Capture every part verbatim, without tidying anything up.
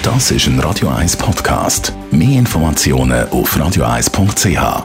Das ist ein Radio eins Podcast. Mehr Informationen auf radio eins punkt c h.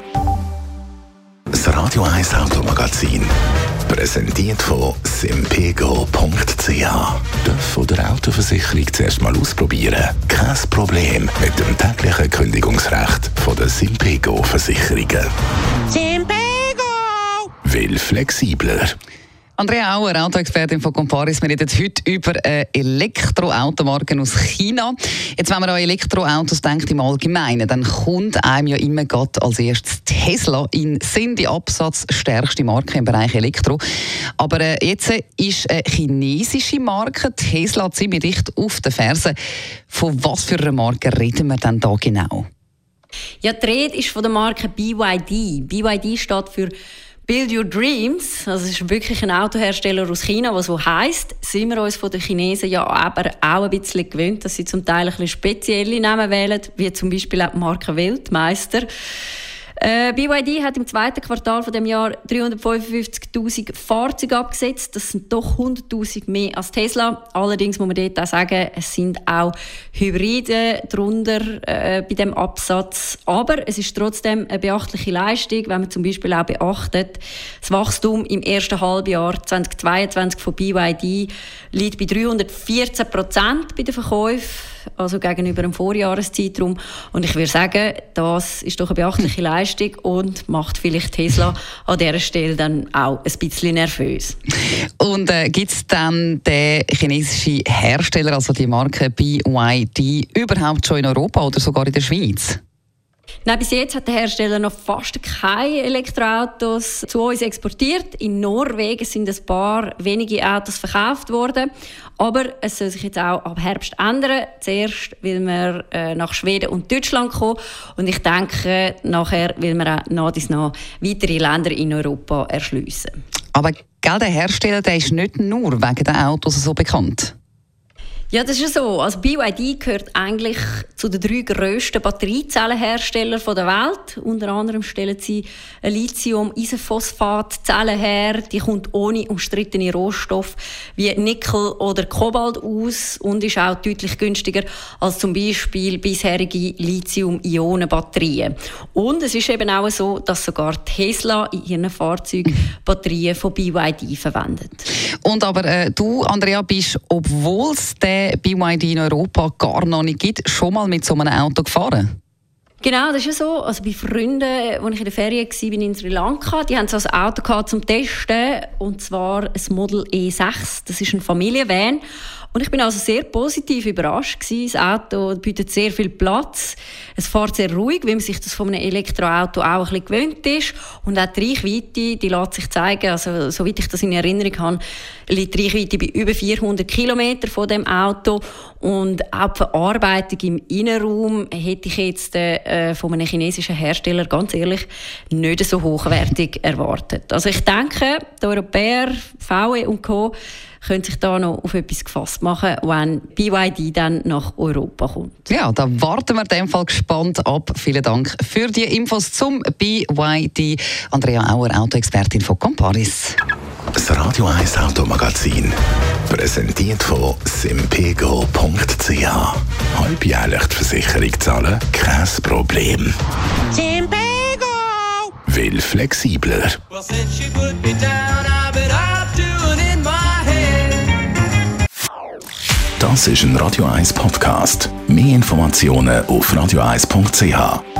Das Radio eins Automagazin, präsentiert von simpego punkt c h. Von der Autoversicherung zuerst mal ausprobieren. Kein Problem mit dem täglichen Kündigungsrecht von der Simpego-Versicherungen. Simpego! Will flexibler. Andrea Auer, Autoexpertin von Comparis. Wir reden heute über eine Elektroautomarke aus China. Jetzt, wenn man an Elektroautos denkt im Allgemeinen, dann kommt einem ja immer gerade als erstes Tesla in Sinn, die absatzstärkste Marke im Bereich Elektro. Aber äh, jetzt ist eine chinesische Marke, Tesla, ziemlich dicht auf den Fersen. Von was für einer Marke reden wir denn da genau? Ja, die Rede ist von der Marke B Y D. B Y D steht für Build Your Dreams, also es ist wirklich ein Autohersteller aus China, was so heisst, sind wir uns von den Chinesen ja aber auch ein bisschen gewöhnt, dass sie zum Teil ein bisschen spezielle Namen wählen, wie zum Beispiel auch die Marke Weltmeister. Äh, B Y D hat im zweiten Quartal von dem Jahr dreihundertfünfundfünfzigtausend Fahrzeuge abgesetzt. Das sind doch hunderttausend mehr als Tesla. Allerdings muss man dort auch sagen, es sind auch Hybride drunter äh, bei dem Absatz. Aber es ist trotzdem eine beachtliche Leistung, wenn man zum Beispiel auch beachtet, das Wachstum im ersten Halbjahr zweitausendzweiundzwanzig von B Y D liegt bei dreihundertvierzehn Prozent bei den Verkäufen, also gegenüber dem Vorjahreszeitraum. Und ich würde sagen, das ist doch eine beachtliche Leistung und macht vielleicht Tesla an dieser Stelle dann auch ein bisschen nervös. Und äh, gibt es dann den chinesischen Hersteller, also die Marke B Y D, überhaupt schon in Europa oder sogar in der Schweiz? Nein, bis jetzt hat der Hersteller noch fast keine Elektroautos zu uns exportiert. In Norwegen sind ein paar wenige Autos verkauft worden. Aber es soll sich jetzt auch ab Herbst ändern. Zuerst will man äh, nach Schweden und Deutschland kommen. Und ich denke, nachher will man auch nach und nach weitere Länder in Europa erschliessen. Aber gell, der Hersteller der ist nicht nur wegen den Autos so bekannt. Ja, das ist so. Also B Y D gehört eigentlich zu den drei grössten Batteriezellenherstellern der Welt. Unter anderem stellen sie eine Lithium-Eisenphosphat-Zelle her. Die kommt ohne umstrittene Rohstoffe wie Nickel oder Kobalt aus und ist auch deutlich günstiger als zum Beispiel bisherige Lithium-Ionen-Batterien. Und es ist eben auch so, dass sogar Tesla in ihren Fahrzeugen Batterien von B Y D verwendet. Und aber äh, du, Andrea, bist, obwohl es den B Y D in Europa gar noch nicht gibt, schon mal mit so einem Auto gefahren? Genau, das ist ja so. Also bei Freunden, als ich in der Ferien war in Sri Lanka, die hatten so ein Auto gehabt zum Testen, und zwar ein Model E sechs. Das ist ein Familienvan. Und ich bin also sehr positiv überrascht gewesen. Das Auto bietet sehr viel Platz. Es fährt sehr ruhig, wie man sich das von einem Elektroauto auch ein bisschen gewöhnt ist. Und auch die Reichweite, die lässt sich zeigen. Also, soweit ich das in Erinnerung habe, liegt die Reichweite bei über vierhundert Kilometern von dem Auto. Und auch die Verarbeitung im Innenraum hätte ich jetzt äh, von einem chinesischen Hersteller, ganz ehrlich, nicht so hochwertig erwartet. Also ich denke, die Europäer, V W und Co., können sich da noch auf etwas gefasst machen, wenn B Y D dann nach Europa kommt. Ja, da warten wir in dem Fall gespannt ab. Vielen Dank für die Infos zum B Y D. Andrea Auer, Autoexpertin von Comparis. Das Radio eins Automagazin, präsentiert von simpego punkt c h. Halbjährlich die Versicherung zahlen? Kein Problem. Simpego! Will flexibler. Well, since you put me down, I've been up doing in my head. Das ist ein Radio eins Podcast. Mehr Informationen auf radio eins punkt c h.